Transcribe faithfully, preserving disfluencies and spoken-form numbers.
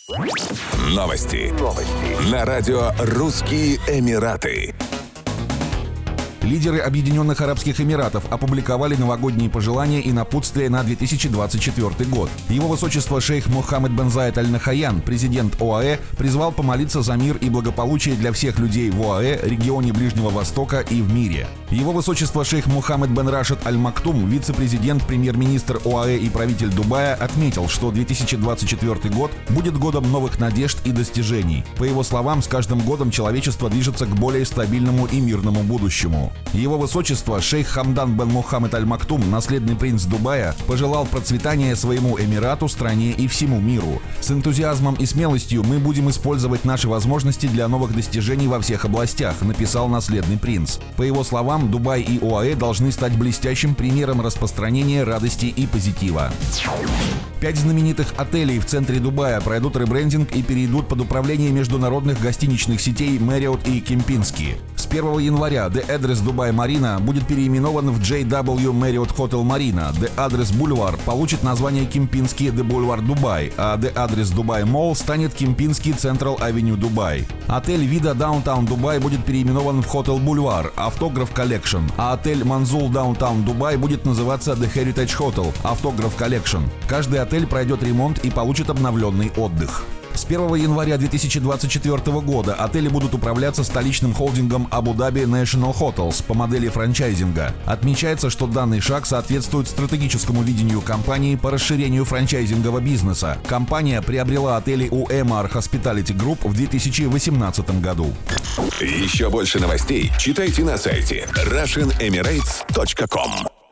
Новости. Новости. На радио «Русские Эмираты». Лидеры Объединенных Арабских Эмиратов опубликовали новогодние пожелания и напутствия на две тысячи двадцать четвёртый год. Его высочество шейх Мохаммед бен Заид Аль-Нахаян, президент ОАЭ, призвал помолиться за мир и благополучие для всех людей в ОАЭ, регионе Ближнего Востока и в мире. Его высочество шейх Мохаммед бен Рашид Аль-Мактум, вице-президент, премьер-министр ОАЭ и правитель Дубая, отметил, что две тысячи двадцать четвёртый год будет годом новых надежд и достижений. По его словам, с каждым годом человечество движется к более стабильному и мирному будущему. Его высочество шейх Хамдан бен Мохаммед Аль-Мактум, наследный принц Дубая, пожелал процветания своему эмирату, стране и всему миру. С энтузиазмом и смелостью мы будем использовать наши возможности для новых достижений во всех областях, написал наследный принц. По его словам, Дубай и ОАЭ должны стать блестящим примером распространения радости и позитива. Пять знаменитых отелей в центре Дубая пройдут ребрендинг и перейдут под управление международных гостиничных сетей Marriott и Кемпински. С первого января The Address Dubai Marina будет переименован в джей дабл ю Marriott Hotel Marina, The Address Boulevard получит название Кемпински The Boulevard Dubai, а The Address Dubai Mall станет Кемпински Central Avenue Dubai. Отель Vida Downtown Dubai будет переименован в Hotel Boulevard, Автограф Collection, а отель Манзул Downtown Dubai будет называться The Heritage Hotel, Автограф Collection. Каждый отель пройдет ремонт и получит обновленный отдых. С первого января две тысячи двадцать четвёртого года отели будут управляться столичным холдингом Abu Dhabi National Hotels по модели франчайзинга. Отмечается, что данный шаг соответствует стратегическому видению компании по расширению франчайзингового бизнеса. Компания приобрела отели у эм ар Hospitality Group в две тысячи восемнадцатом году. Еще больше новостей читайте на сайте Russian Emirates точка ком.